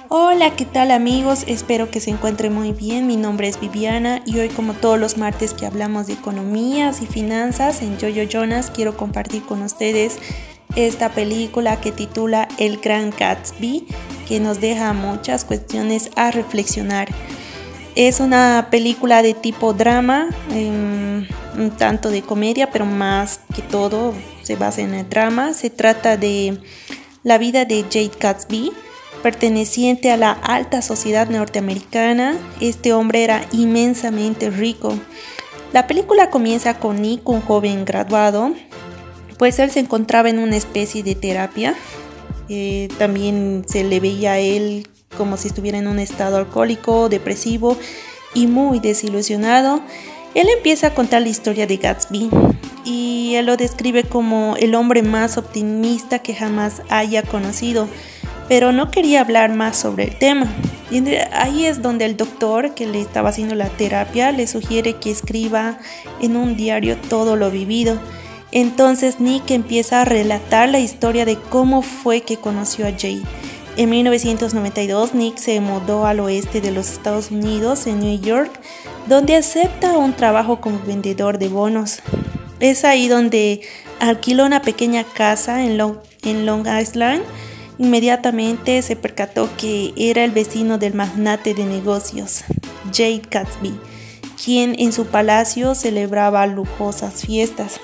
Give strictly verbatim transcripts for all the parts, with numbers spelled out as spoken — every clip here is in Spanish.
Hola, ¿qué tal amigos? Espero que se encuentren muy bien. Mi nombre es Viviana y hoy, como todos los martes que hablamos de economías y finanzas en Yoyo Jonas, quiero compartir con ustedes esta película que titula El Gran Gatsby, que nos deja muchas cuestiones a reflexionar. Es una película de tipo drama, eh, un tanto de comedia, pero más que todo se basa en el drama. Se trata de la vida de Jake Gatsby, perteneciente a la alta sociedad norteamericana. Este hombre era inmensamente rico. La película comienza con Nick, un joven graduado, pues él se encontraba en una especie de terapia. Eh, también se le veía a él como si estuviera en un estado alcohólico, depresivo y muy desilusionado. Él empieza a contar la historia de Gatsby y él lo describe como el hombre más optimista que jamás haya conocido, pero no quería hablar más sobre el tema. Y ahí es donde el doctor que le estaba haciendo la terapia le sugiere que escriba en un diario todo lo vivido. Entonces Nick empieza a relatar la historia de cómo fue que conoció a Jay. En mil novecientos noventa y dos, Nick se mudó al oeste de los Estados Unidos, en New York, donde acepta un trabajo como vendedor de bonos. Es ahí donde alquiló una pequeña casa en Long, en Long Island. Inmediatamente se percató que era el vecino del magnate de negocios, Jake Gatsby, quien en su palacio celebraba lujosas fiestas.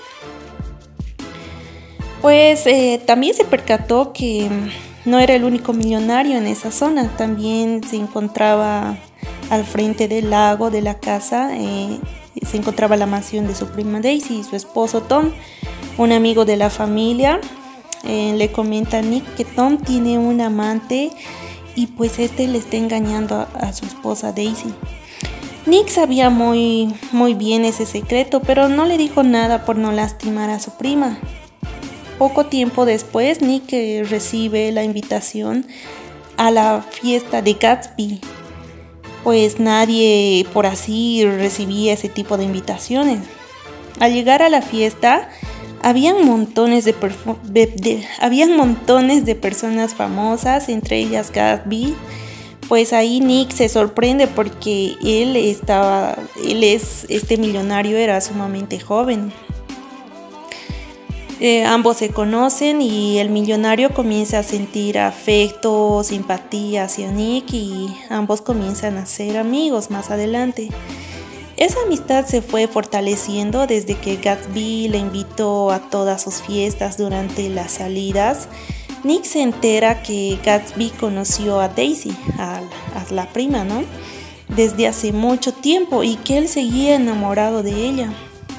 Pues eh, también se percató que no era el único millonario en esa zona. También se encontraba al frente del lago de la casa, eh, se encontraba la mansión de su prima Daisy y su esposo Tom, un amigo de la familia. Eh, le comenta a Nick que Tom tiene un amante y pues este le está engañando a, a su esposa Daisy. Nick sabía muy, muy bien ese secreto, pero no le dijo nada por no lastimar a su prima. Poco tiempo después, Nick eh, recibe la invitación a la fiesta de Gatsby, pues nadie por así recibía ese tipo de invitaciones. Al llegar a la fiesta, Habían montones de, de, de, habían montones de personas famosas, entre ellas Gatsby. Pues ahí Nick se sorprende porque él estaba, él es, este millonario era sumamente joven. Eh, ambos se conocen y el millonario comienza a sentir afecto, simpatía hacia Nick y ambos comienzan a ser amigos más adelante. Esa amistad se fue fortaleciendo desde que Gatsby le invitó a todas sus fiestas durante las salidas. Nick se entera que Gatsby conoció a Daisy, a, a la prima, ¿no? Desde hace mucho tiempo y que él seguía enamorado de ella.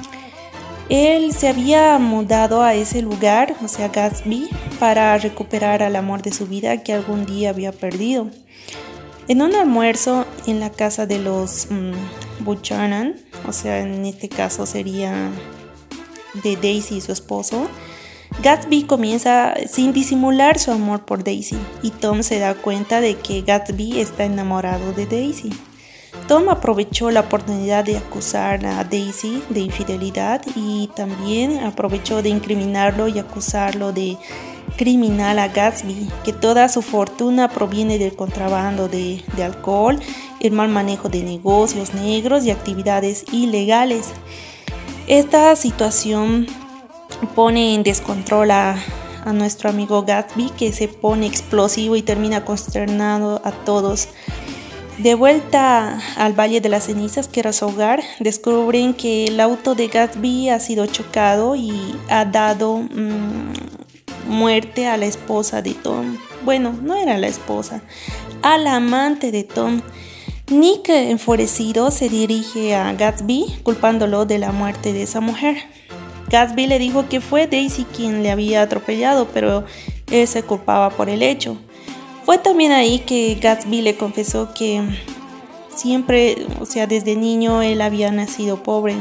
Él se había mudado a ese lugar, o sea, Gatsby, para recuperar al amor de su vida que algún día había perdido. En un almuerzo en la casa de los mmm, Buchanan, o sea, en este caso sería de Daisy y su esposo, Gatsby comienza sin disimular su amor por Daisy y Tom se da cuenta de que Gatsby está enamorado de Daisy. Tom aprovechó la oportunidad de acusar a Daisy de infidelidad y también aprovechó de incriminarlo y acusarlo de criminal a Gatsby, que toda su fortuna proviene del contrabando de, de alcohol, el mal manejo de negocios negros y actividades ilegales. Esta situación pone en descontrol a, a nuestro amigo Gatsby, que se pone explosivo y termina consternando a todos. De vuelta al Valle de las Cenizas, que era su hogar, descubren que el auto de Gatsby ha sido chocado y ha dado mmm, muerte a la esposa de Tom. Bueno, no era la esposa, a la amante de Tom. Nick, enfurecido, se dirige a Gatsby culpándolo de la muerte de esa mujer. Gatsby le dijo que fue Daisy quien le había atropellado, pero él se culpaba por el hecho. Fue también ahí que Gatsby le confesó que siempre, o sea, desde niño él había nacido pobre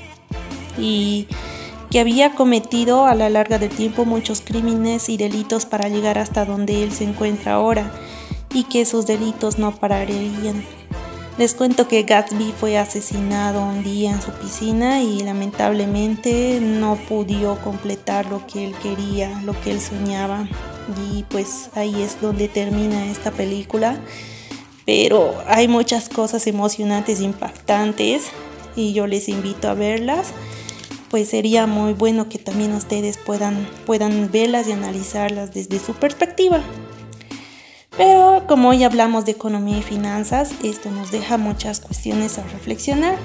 y que había cometido a la larga del tiempo muchos crímenes y delitos para llegar hasta donde él se encuentra ahora y que sus delitos no pararían. Les cuento que Gatsby fue asesinado un día en su piscina y lamentablemente no pudo completar lo que él quería, lo que él soñaba. y pues ahí es donde termina esta película. Pero hay muchas cosas emocionantes, impactantes, y yo les invito a verlas. Pues sería muy bueno que también ustedes puedan, puedan verlas y analizarlas desde su perspectiva. Pero como hoy hablamos de economía y finanzas, esto nos deja muchas cuestiones a reflexionar.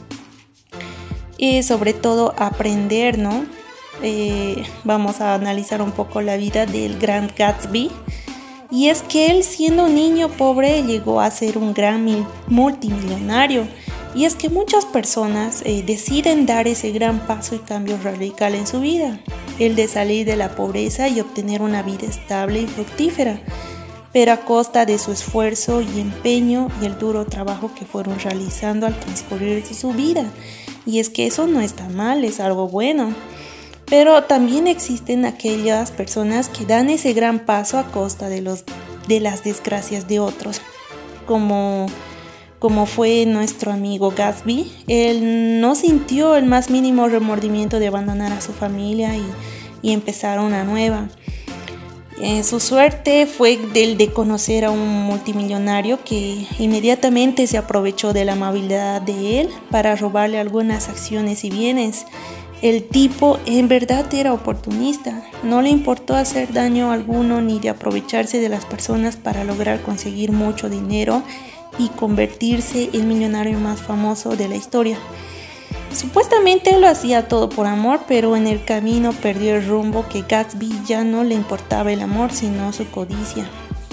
Y sobre todo aprender, ¿no? Eh, vamos a analizar un poco la vida del gran Gatsby. Y es que él, siendo un niño pobre, llegó a ser un gran multimillonario. Y es que muchas personas eh, deciden dar ese gran paso y cambio radical en su vida, el de salir de la pobreza y obtener una vida estable y fructífera, pero a costa de su esfuerzo y empeño y el duro trabajo que fueron realizando al transcurrir su vida. Y es que eso no está mal, es algo bueno. Pero también existen aquellas personas que dan ese gran paso a costa de, los, de las desgracias de otros, como... como fue nuestro amigo Gatsby. Él no sintió el más mínimo remordimiento de abandonar a su familia y, y empezar una nueva. Eh, su suerte fue del de conocer a un multimillonario que inmediatamente se aprovechó de la amabilidad de él para robarle algunas acciones y bienes. El tipo en verdad era oportunista, no le importó hacer daño alguno ni de aprovecharse de las personas para lograr conseguir mucho dinero y convertirse en el millonario más famoso de la historia. Supuestamente lo hacía todo por amor, pero en el camino perdió el rumbo, que Gatsby ya no le importaba el amor, sino su codicia.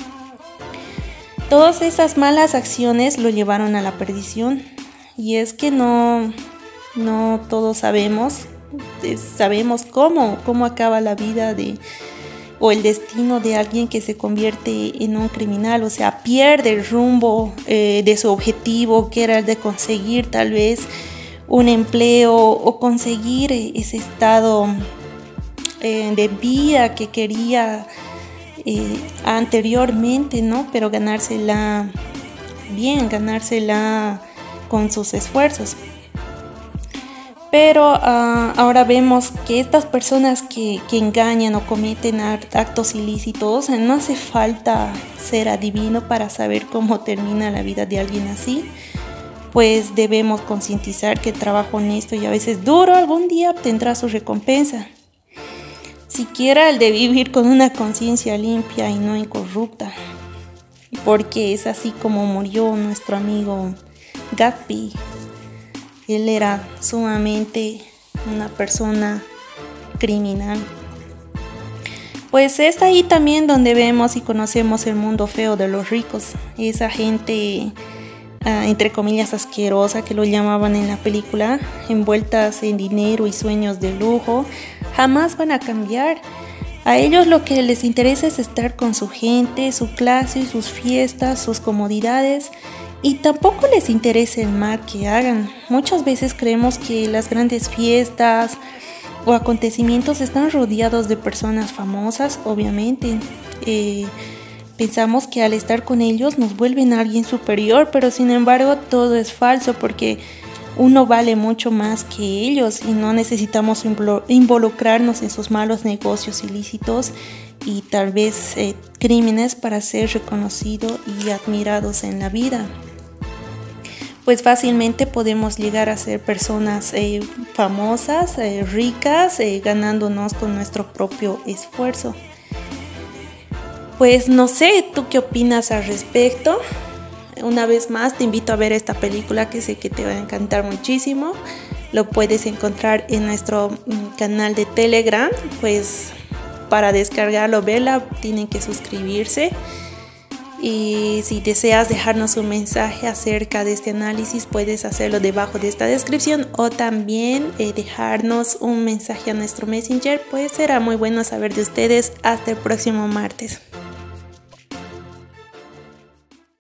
Todas esas malas acciones lo llevaron a la perdición. Y es que no, no todos sabemos, sabemos cómo, cómo acaba la vida de... o el destino de alguien que se convierte en un criminal, o sea, pierde el rumbo eh, de su objetivo, que era el de conseguir tal vez un empleo o conseguir ese estado eh, de vida que quería eh, anteriormente, ¿no? Pero ganársela bien, ganársela con sus esfuerzos. Pero uh, ahora vemos que estas personas que, que engañan o cometen actos ilícitos, no hace falta ser adivino para saber cómo termina la vida de alguien así. Pues debemos concientizar que el trabajo honesto y a veces duro algún día obtendrá su recompensa. Siquiera el de vivir con una conciencia limpia y no incorrupta. Porque es así como murió nuestro amigo Gatsby. Él era sumamente una persona criminal. Pues es ahí también donde vemos y conocemos el mundo feo de los ricos. Esa gente, uh, entre comillas, asquerosa, que lo llamaban en la película, envueltas en dinero y sueños de lujo, jamás van a cambiar. A ellos lo que les interesa es estar con su gente, su clase, sus fiestas, sus comodidades. Y tampoco les interesa el mal que hagan. Muchas veces creemos que las grandes fiestas o acontecimientos están rodeados de personas famosas, obviamente. Eh, pensamos que al estar con ellos nos vuelven a alguien superior, pero sin embargo todo es falso, porque uno vale mucho más que ellos y no necesitamos involucrarnos en sus malos negocios ilícitos y tal vez eh, crímenes para ser reconocidos y admirados en la vida. Pues fácilmente podemos llegar a ser personas eh, famosas, eh, ricas, eh, ganándonos con nuestro propio esfuerzo. Pues no sé, ¿tú qué opinas al respecto? Una vez más te invito a ver esta película, que sé que te va a encantar muchísimo. Lo puedes encontrar en nuestro mm, canal de Telegram. Pues para descargarlo, verla, tienen que suscribirse. Y si deseas dejarnos un mensaje acerca de este análisis, puedes hacerlo debajo de esta descripción, o también eh, dejarnos un mensaje a nuestro Messenger. Pues será muy bueno saber de ustedes. Hasta el próximo martes.